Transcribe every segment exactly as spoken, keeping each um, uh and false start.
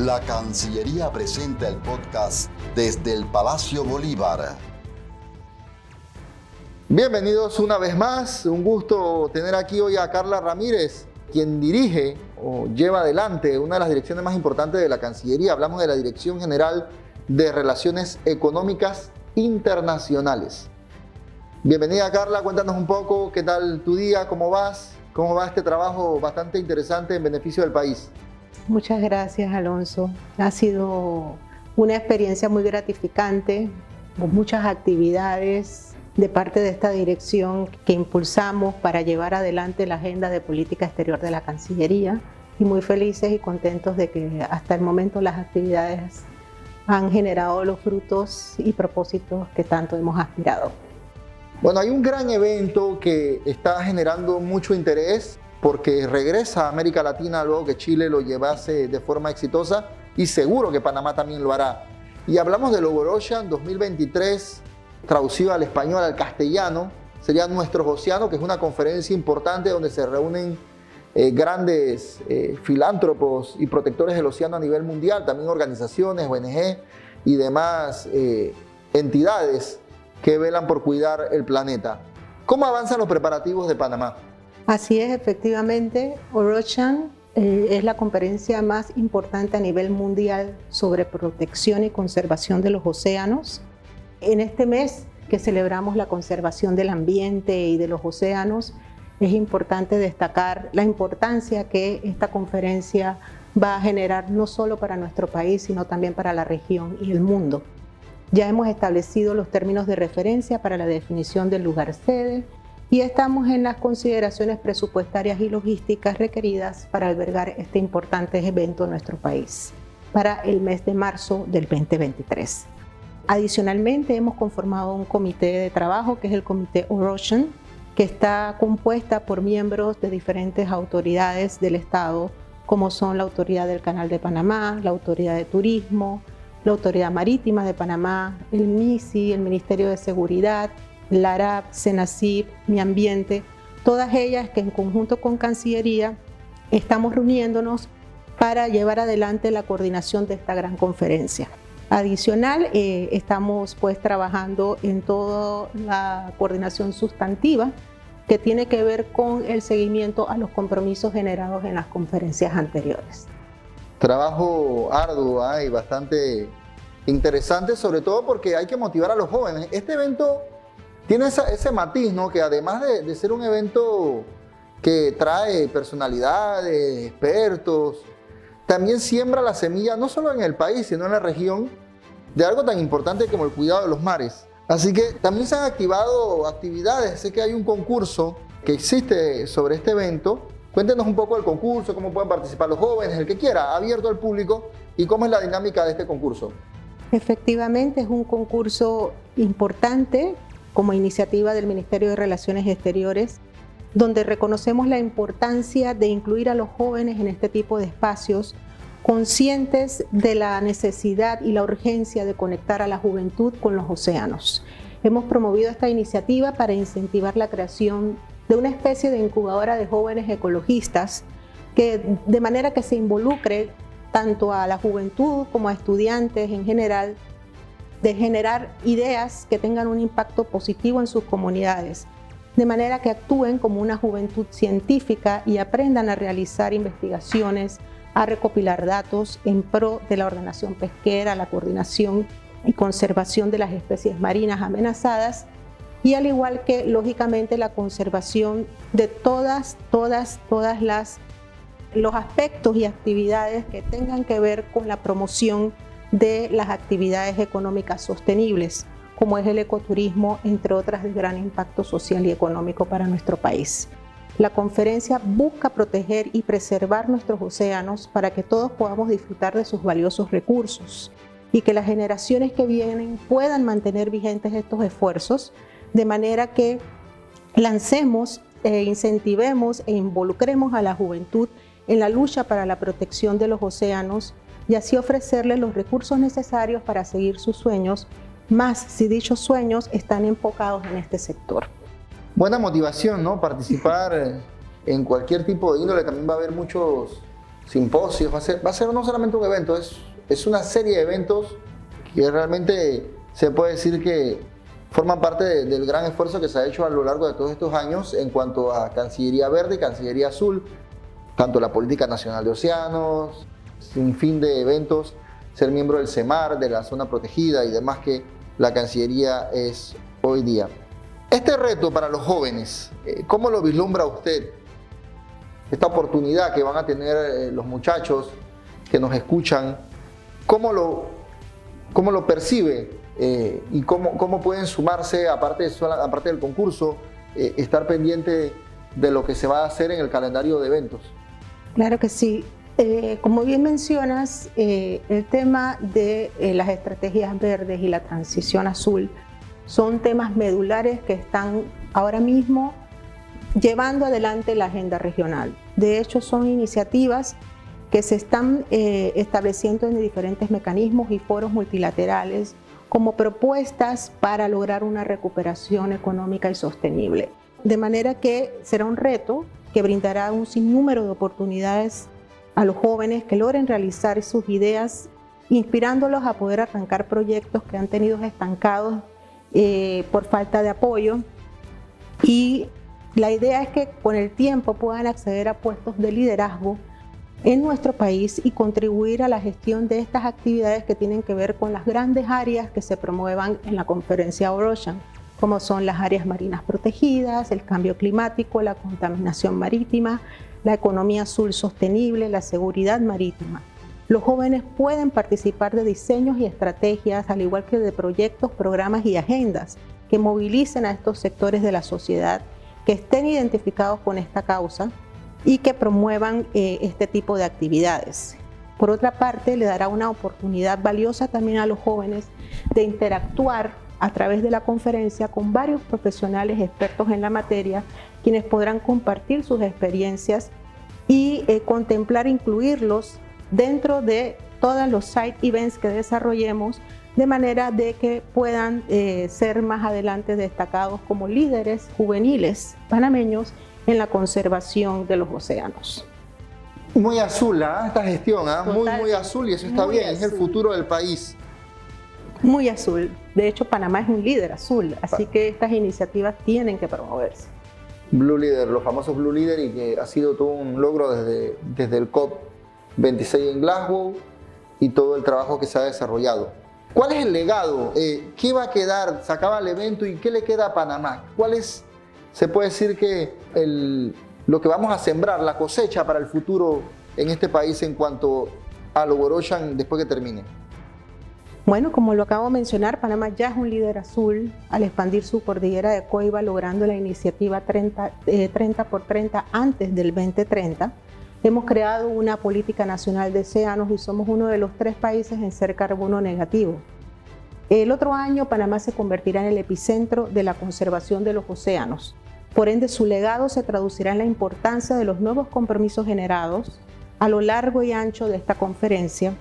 La Cancillería presenta el podcast desde el Palacio Bolívar. Bienvenidos una vez más, un gusto tener aquí hoy a Carla Ramírez, quien dirige o lleva adelante una de las direcciones más importantes de la Cancillería. Hablamos de la Dirección General de Relaciones Económicas Internacionales. Bienvenida, Carla, cuéntanos un poco qué tal tu día, cómo vas, cómo va este trabajo bastante interesante en beneficio del país. Muchas gracias, Alonso. Ha sido una experiencia muy gratificante, con muchas actividades de parte de esta dirección que impulsamos para llevar adelante la agenda de política exterior de la Cancillería, y muy felices y contentos de que hasta el momento las actividades han generado los frutos y propósitos que tanto hemos aspirado. Bueno, hay un gran evento que está generando mucho interés porque regresa a América Latina luego que Chile lo llevase de forma exitosa, y seguro que Panamá también lo hará. Y hablamos del Oro-Ocean dos mil veintitrés, traducido al español, al castellano, sería Nuestros Océanos, que es una conferencia importante donde se reúnen eh, grandes eh, filántropos y protectores del océano a nivel mundial, también organizaciones, O N G y demás eh, entidades que velan por cuidar el planeta. ¿Cómo avanzan los preparativos de Panamá? Así es, efectivamente, Oro-Ocean eh, es la conferencia más importante a nivel mundial sobre protección y conservación de los océanos. En este mes que celebramos la conservación del ambiente y de los océanos, es importante destacar la importancia que esta conferencia va a generar no solo para nuestro país, sino también para la región y el mundo. Ya hemos establecido los términos de referencia para la definición del lugar sede y estamos en las consideraciones presupuestarias y logísticas requeridas para albergar este importante evento en nuestro país para el mes de marzo del veinte veintitrés. Adicionalmente, hemos conformado un comité de trabajo que es el Comité Oro-Ocean, que está compuesta por miembros de diferentes autoridades del Estado, como son la Autoridad del Canal de Panamá, la Autoridad de Turismo, la Autoridad Marítima de Panamá, el MISI, el Ministerio de Seguridad, la ARAP, CENACIP, Mi Ambiente, todas ellas que en conjunto con Cancillería estamos reuniéndonos para llevar adelante la coordinación de esta gran conferencia. Adicional, eh, estamos pues trabajando en toda la coordinación sustantiva que tiene que ver con el seguimiento a los compromisos generados en las conferencias anteriores. Trabajo arduo ¿eh? y bastante interesante, sobre todo porque hay que motivar a los jóvenes. Este evento tiene esa, ese matiz, ¿no? Que además de, de ser un evento que trae personalidades, expertos, también siembra la semilla, no solo en el país, sino en la región, de algo tan importante como el cuidado de los mares. Así que también se han activado actividades. Sé que hay un concurso que existe sobre este evento. Cuéntenos un poco del concurso, cómo pueden participar los jóvenes, el que quiera, abierto al público, y cómo es la dinámica de este concurso. Efectivamente, es un concurso importante como iniciativa del Ministerio de Relaciones Exteriores, donde reconocemos la importancia de incluir a los jóvenes en este tipo de espacios, conscientes de la necesidad y la urgencia de conectar a la juventud con los océanos. Hemos promovido esta iniciativa para incentivar la creación de una especie de incubadora de jóvenes ecologistas, que de manera que se involucre tanto a la juventud como a estudiantes en general, de generar ideas que tengan un impacto positivo en sus comunidades, de manera que actúen como una juventud científica y aprendan a realizar investigaciones, a recopilar datos en pro de la ordenación pesquera, la coordinación y conservación de las especies marinas amenazadas, y al igual que, lógicamente, la conservación de todas, todas, todas las los aspectos y actividades que tengan que ver con la promoción de las actividades económicas sostenibles, como es el ecoturismo, entre otras de gran impacto social y económico para nuestro país. La conferencia busca proteger y preservar nuestros océanos para que todos podamos disfrutar de sus valiosos recursos y que las generaciones que vienen puedan mantener vigentes estos esfuerzos, de manera que lancemos, e incentivemos e involucremos a la juventud en la lucha para la protección de los océanos y así ofrecerles los recursos necesarios para seguir sus sueños, más si dichos sueños están enfocados en este sector. Buena motivación, ¿no? Participar en cualquier tipo de índole. También va a haber muchos simposios, va a ser, va a ser no solamente un evento, es, es una serie de eventos que realmente se puede decir que forman parte de, del gran esfuerzo que se ha hecho a lo largo de todos estos años en cuanto a Cancillería Verde y Cancillería Azul, tanto la Política Nacional de Océanos, sin fin de eventos, ser miembro del CEMAR, de la zona protegida y demás que la Cancillería es hoy día. Este reto para los jóvenes, ¿cómo lo vislumbra usted? Esta oportunidad que van a tener los muchachos que nos escuchan, ¿cómo lo, cómo lo percibe? Eh, y cómo, cómo pueden sumarse, aparte, de, aparte del concurso, eh, estar pendiente de lo que se va a hacer en el calendario de eventos. Claro que sí. Eh, como bien mencionas, eh, el tema de eh, las estrategias verdes y la transición azul son temas medulares que están ahora mismo llevando adelante la agenda regional. De hecho, son iniciativas que se están eh, estableciendo en diferentes mecanismos y foros multilaterales como propuestas para lograr una recuperación económica y sostenible. De manera que será un reto que brindará un sinnúmero de oportunidades a los jóvenes que logren realizar sus ideas, inspirándolos a poder arrancar proyectos que han tenido estancados eh, por falta de apoyo. Y la idea es que con el tiempo puedan acceder a puestos de liderazgo en nuestro país y contribuir a la gestión de estas actividades que tienen que ver con las grandes áreas que se promuevan en la conferencia Orocean, como son las áreas marinas protegidas, el cambio climático, la contaminación marítima, la economía azul sostenible, la seguridad marítima. Los jóvenes pueden participar de diseños y estrategias, al igual que de proyectos, programas y agendas que movilicen a estos sectores de la sociedad que estén identificados con esta causa y que promuevan eh, este tipo de actividades. Por otra parte, le dará una oportunidad valiosa también a los jóvenes de interactuar a través de la conferencia con varios profesionales expertos en la materia, quienes podrán compartir sus experiencias y eh, contemplar incluirlos dentro de todos los side events que desarrollemos, de manera de que puedan eh, ser más adelante destacados como líderes juveniles panameños en la conservación de los océanos. Muy azul, ¿eh? Esta gestión, ¿eh? muy, muy azul, y eso está bien, azul. Es el futuro del país. Muy azul. De hecho, Panamá es un líder azul, así que estas iniciativas tienen que promoverse. Blue Leader, los famosos Blue Leader, y que ha sido todo un logro desde, desde el COP veintiséis en Glasgow y todo el trabajo que se ha desarrollado. ¿Cuál es el legado? Eh, ¿Qué va a quedar? Se acaba el evento y ¿qué le queda a Panamá? ¿Cuál es, se puede decir que el, lo que vamos a sembrar, la cosecha para el futuro en este país en cuanto a lo Orocean después que termine? Bueno, como lo acabo de mencionar, Panamá ya es un líder azul al expandir su cordillera de Coiba, logrando la iniciativa treinta, eh, treinta por treinta antes del veinte treinta. Hemos creado una política nacional de océanos y somos uno de los tres países en ser carbono negativo. El otro año, Panamá se convertirá en el epicentro de la conservación de los océanos. Por ende, su legado se traducirá en la importancia de los nuevos compromisos generados a lo largo y ancho de esta conferencia,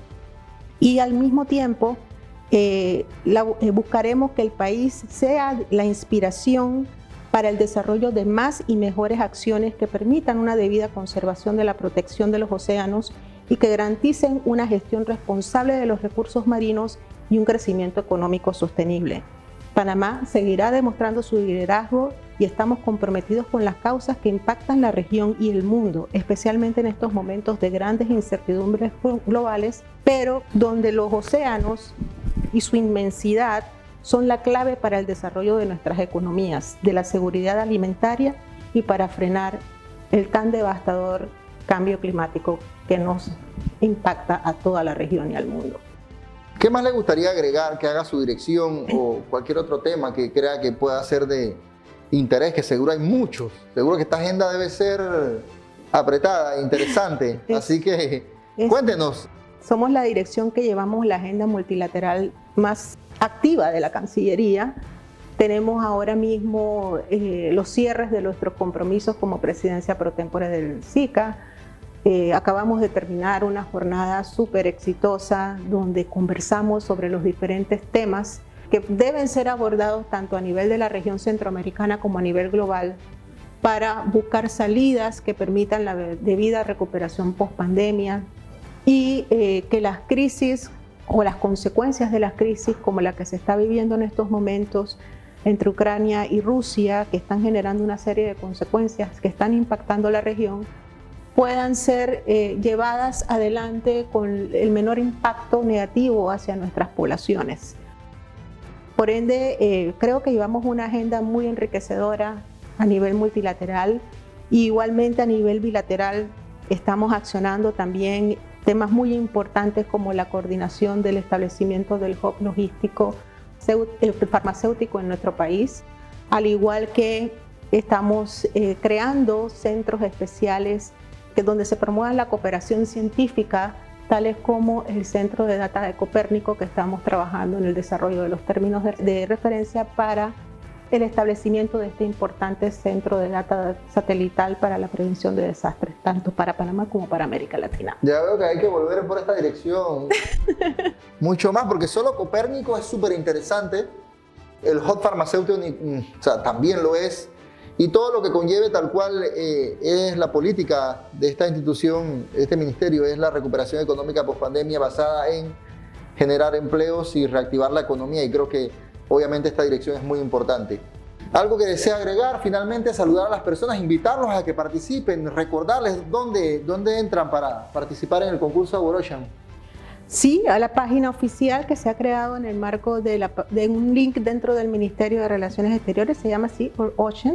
y al mismo tiempo eh, la, eh, buscaremos que el país sea la inspiración para el desarrollo de más y mejores acciones que permitan una debida conservación de la protección de los océanos y que garanticen una gestión responsable de los recursos marinos y un crecimiento económico sostenible. Panamá seguirá demostrando su liderazgo y estamos comprometidos con las causas que impactan la región y el mundo, especialmente en estos momentos de grandes incertidumbres globales, pero donde los océanos y su inmensidad son la clave para el desarrollo de nuestras economías, de la seguridad alimentaria y para frenar el tan devastador cambio climático que nos impacta a toda la región y al mundo. ¿Qué más le gustaría agregar que haga su dirección o cualquier otro tema que crea que pueda ser de interés? Que seguro hay muchos. Seguro que esta agenda debe ser apretada, interesante. Es, Así que es, cuéntenos. Somos la dirección que llevamos la agenda multilateral más activa de la Cancillería. Tenemos ahora mismo eh, los cierres de nuestros compromisos como presidencia pro tempore del SICA. Eh, acabamos de terminar una jornada súper exitosa donde conversamos sobre los diferentes temas que deben ser abordados tanto a nivel de la región centroamericana como a nivel global para buscar salidas que permitan la debida recuperación post-pandemia y eh, que las crisis o las consecuencias de las crisis como la que se está viviendo en estos momentos entre Ucrania y Rusia, que están generando una serie de consecuencias que están impactando la región, puedan ser eh, llevadas adelante con el menor impacto negativo hacia nuestras poblaciones. Por ende, eh, creo que llevamos una agenda muy enriquecedora a nivel multilateral y igualmente a nivel bilateral estamos accionando también temas muy importantes como la coordinación del establecimiento del hub logístico farmacéutico en nuestro país, al igual que estamos eh, creando centros especiales que donde se promueva la cooperación científica, tales como el Centro de Data de Copérnico, que estamos trabajando en el desarrollo de los términos de, de referencia para el establecimiento de este importante centro de data satelital para la prevención de desastres, tanto para Panamá como para América Latina. Ya veo que hay que volver por esta dirección mucho más, porque solo Copérnico es súper interesante, el hub farmacéutico o sea, también lo es, y todo lo que conlleve tal cual eh, es la política de esta institución, este ministerio, es la recuperación económica post-pandemia basada en generar empleos y reactivar la economía, y creo que obviamente esta dirección es muy importante. Algo que desea agregar, finalmente, saludar a las personas, invitarlos a que participen, recordarles dónde, dónde entran para participar en el concurso AwarOcean. Sí, a la página oficial que se ha creado en el marco de, la, de un link dentro del Ministerio de Relaciones Exteriores, se llama así, AwarOcean,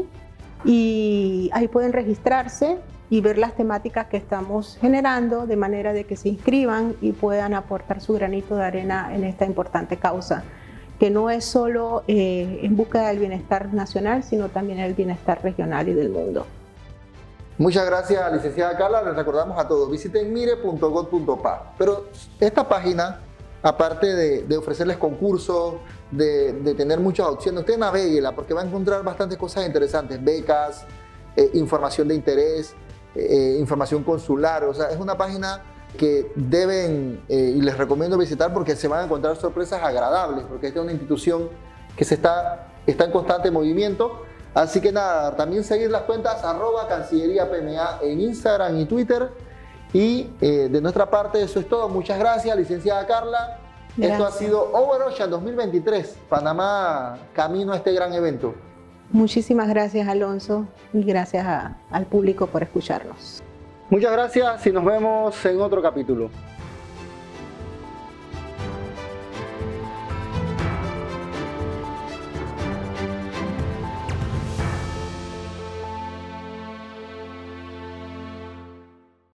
y ahí pueden registrarse y ver las temáticas que estamos generando de manera de que se inscriban y puedan aportar su granito de arena en esta importante causa, que no es solo eh, en búsqueda del bienestar nacional, sino también el bienestar regional y del mundo. Muchas gracias, licenciada Carla. Les recordamos a todos, visiten mire punto gov punto pa. Pero esta página, aparte de, de ofrecerles concursos, de, de tener muchas opciones, usted navéguela porque va a encontrar bastantes cosas interesantes, becas, eh, información de interés, eh, información consular. O sea, es una página que deben eh, y les recomiendo visitar porque se van a encontrar sorpresas agradables, porque esta es una institución que se está, está en constante movimiento. Así que nada, también seguir las cuentas arroba Cancillería P M A en Instagram y Twitter. Y eh, de nuestra parte eso es todo. Muchas gracias, licenciada Carla. Gracias. Esto ha sido AwarOcean dos mil veintitrés, Panamá camino a este gran evento. Muchísimas gracias, Alonso, y gracias a, al público por escucharnos. Muchas gracias y nos vemos en otro capítulo.